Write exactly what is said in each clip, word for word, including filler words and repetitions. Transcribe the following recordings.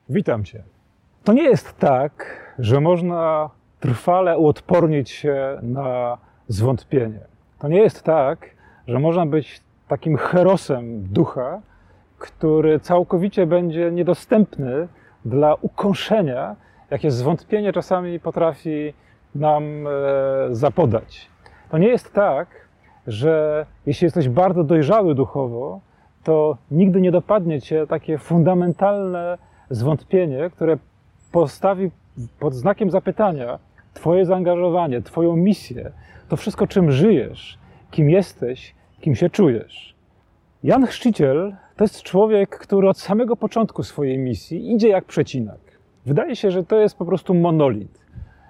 Witam Cię. To nie jest tak, że można trwale uodpornić się na zwątpienie. To nie jest tak, że można być takim herosem ducha, który całkowicie będzie niedostępny dla ukąszenia, jakie zwątpienie czasami potrafi nam e, zapodać. To nie jest tak, że jeśli jesteś bardzo dojrzały duchowo, to nigdy nie dopadnie Cię takie fundamentalne zwątpienie, które postawi pod znakiem zapytania Twoje zaangażowanie, Twoją misję, to wszystko, czym żyjesz, kim jesteś, kim się czujesz. Jan Chrzciciel to jest człowiek, który od samego początku swojej misji idzie jak przecinak. Wydaje się, że to jest po prostu monolit.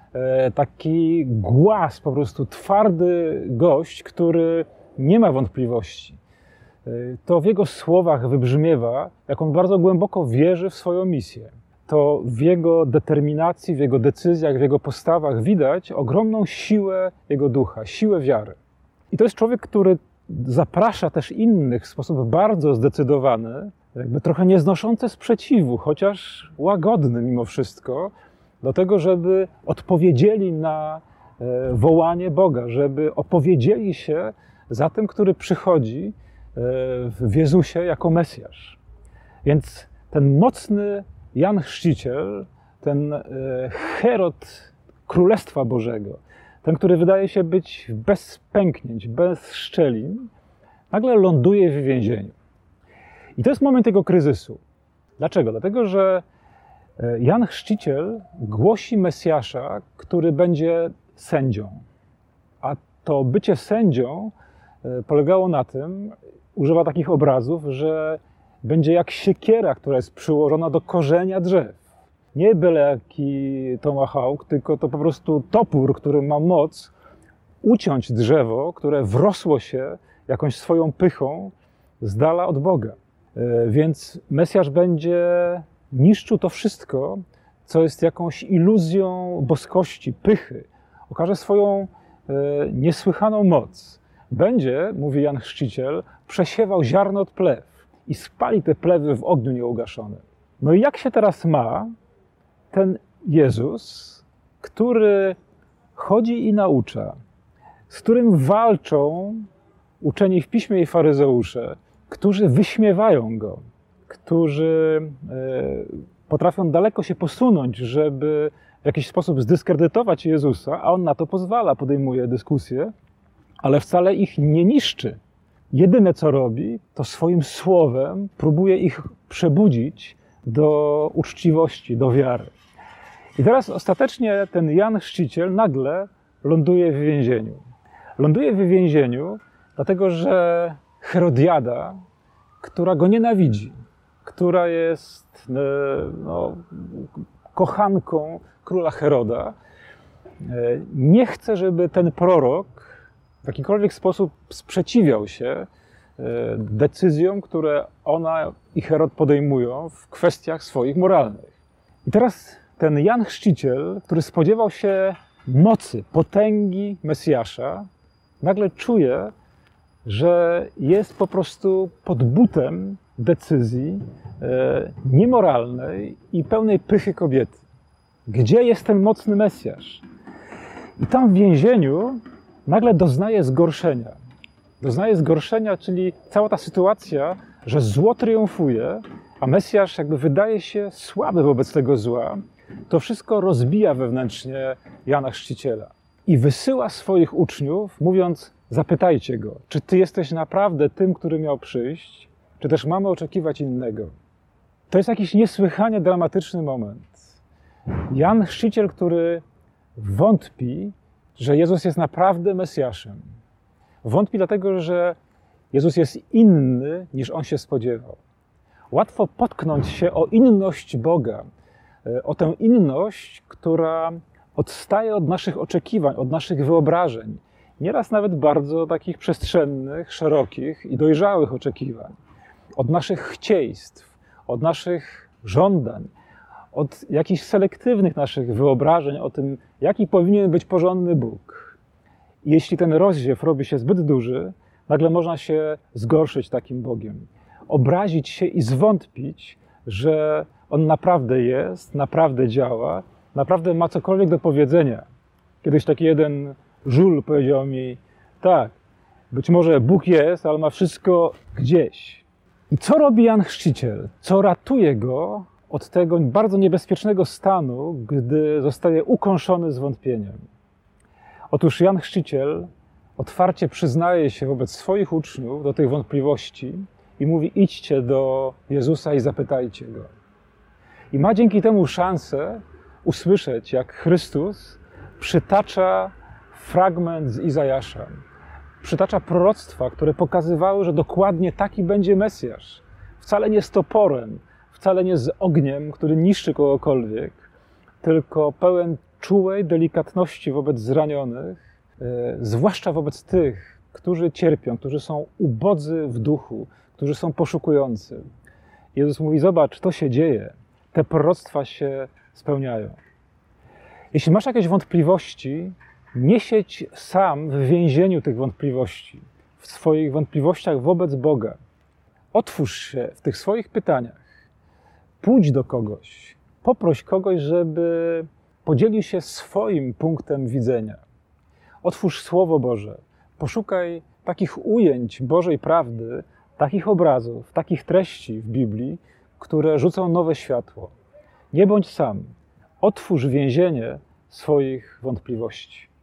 Taki głaz, po prostu twardy gość, który nie ma wątpliwości. To w jego słowach wybrzmiewa, jak on bardzo głęboko wierzy w swoją misję. To w jego determinacji, w jego decyzjach, w jego postawach widać ogromną siłę jego ducha, siłę wiary. I to jest człowiek, który zaprasza też innych w sposób bardzo zdecydowany, jakby trochę nieznoszący sprzeciwu, chociaż łagodny mimo wszystko, do tego, żeby odpowiedzieli na wołanie Boga, żeby opowiedzieli się za tym, który przychodzi w Jezusie jako Mesjasz. Więc ten mocny Jan Chrzciciel, ten Herod Królestwa Bożego, ten, który wydaje się być bez pęknięć, bez szczelin, nagle ląduje w więzieniu. I to jest moment jego kryzysu. Dlaczego? Dlatego, że Jan Chrzciciel głosi Mesjasza, który będzie sędzią. A to bycie sędzią polegało na tym, używa takich obrazów, że będzie jak siekiera, która jest przyłożona do korzenia drzew. Nie byle jaki tomahawk, tylko to po prostu topór, który ma moc uciąć drzewo, które wrosło się jakąś swoją pychą z dala od Boga. Więc Mesjasz będzie niszczył to wszystko, co jest jakąś iluzją boskości, pychy. Okaże swoją niesłychaną moc. Będzie, mówi Jan Chrzciciel, przesiewał ziarno od plew i spali te plewy w ogniu nieugaszone. No i jak się teraz ma ten Jezus, który chodzi i naucza, z którym walczą uczeni w piśmie i faryzeusze, którzy wyśmiewają go, którzy potrafią daleko się posunąć, żeby w jakiś sposób zdyskredytować Jezusa, a on na to pozwala, podejmuje dyskusję, ale wcale ich nie niszczy. Jedyne, co robi, to swoim słowem próbuje ich przebudzić do uczciwości, do wiary. I teraz ostatecznie ten Jan Chrzciciel nagle ląduje w więzieniu. Ląduje w więzieniu, dlatego że Herodiada, która go nienawidzi, która jest no, kochanką króla Heroda, nie chce, żeby ten prorok w jakikolwiek sposób sprzeciwiał się decyzjom, które ona i Herod podejmują w kwestiach swoich moralnych. I teraz ten Jan Chrzciciel, który spodziewał się mocy, potęgi Mesjasza, nagle czuje, że jest po prostu pod butem decyzji niemoralnej i pełnej pychy kobiety. Gdzie jest ten mocny Mesjasz? I tam w więzieniu nagle doznaje zgorszenia. Doznaje zgorszenia, czyli cała ta sytuacja, że zło triumfuje, a Mesjasz jakby wydaje się słaby wobec tego zła, to wszystko rozbija wewnętrznie Jana Chrzciciela. I wysyła swoich uczniów, mówiąc: zapytajcie go, czy ty jesteś naprawdę tym, który miał przyjść, czy też mamy oczekiwać innego. To jest jakiś niesłychanie dramatyczny moment. Jan Chrzciciel, który wątpi, że Jezus jest naprawdę Mesjaszem. Wątpi dlatego, że Jezus jest inny, niż on się spodziewał. Łatwo potknąć się o inność Boga, o tę inność, która odstaje od naszych oczekiwań, od naszych wyobrażeń. Nieraz nawet bardzo takich przestrzennych, szerokich i dojrzałych oczekiwań. Od naszych chcieństw, od naszych żądań, od jakichś selektywnych naszych wyobrażeń o tym, jaki powinien być porządny Bóg. I jeśli ten rozziew robi się zbyt duży, nagle można się zgorszyć takim Bogiem. Obrazić się i zwątpić, że On naprawdę jest, naprawdę działa, naprawdę ma cokolwiek do powiedzenia. Kiedyś taki jeden żul powiedział mi, tak, być może Bóg jest, ale ma wszystko gdzieś. I co robi Jan Chrzciciel? Co ratuje go od tego bardzo niebezpiecznego stanu, gdy zostaje ukąszony zwątpieniem? Otóż Jan Chrzciciel otwarcie przyznaje się wobec swoich uczniów do tych wątpliwości i mówi: idźcie do Jezusa i zapytajcie Go. I ma dzięki temu szansę usłyszeć, jak Chrystus przytacza fragment z Izajasza. Przytacza proroctwa, które pokazywały, że dokładnie taki będzie Mesjasz. Wcale nie z toporem, wcale nie z ogniem, który niszczy kogokolwiek, tylko pełen czułej delikatności wobec zranionych, yy, zwłaszcza wobec tych, którzy cierpią, którzy są ubodzy w duchu, którzy są poszukujący. Jezus mówi: zobacz, to się dzieje, te proroctwa się spełniają. Jeśli masz jakieś wątpliwości, nie siedź sam w więzieniu tych wątpliwości, w swoich wątpliwościach wobec Boga. Otwórz się w tych swoich pytaniach. Pójdź do kogoś, poproś kogoś, żeby podzielił się swoim punktem widzenia. Otwórz Słowo Boże, poszukaj takich ujęć Bożej prawdy, takich obrazów, takich treści w Biblii, które rzucą nowe światło. Nie bądź sam. Otwórz więzienie swoich wątpliwości.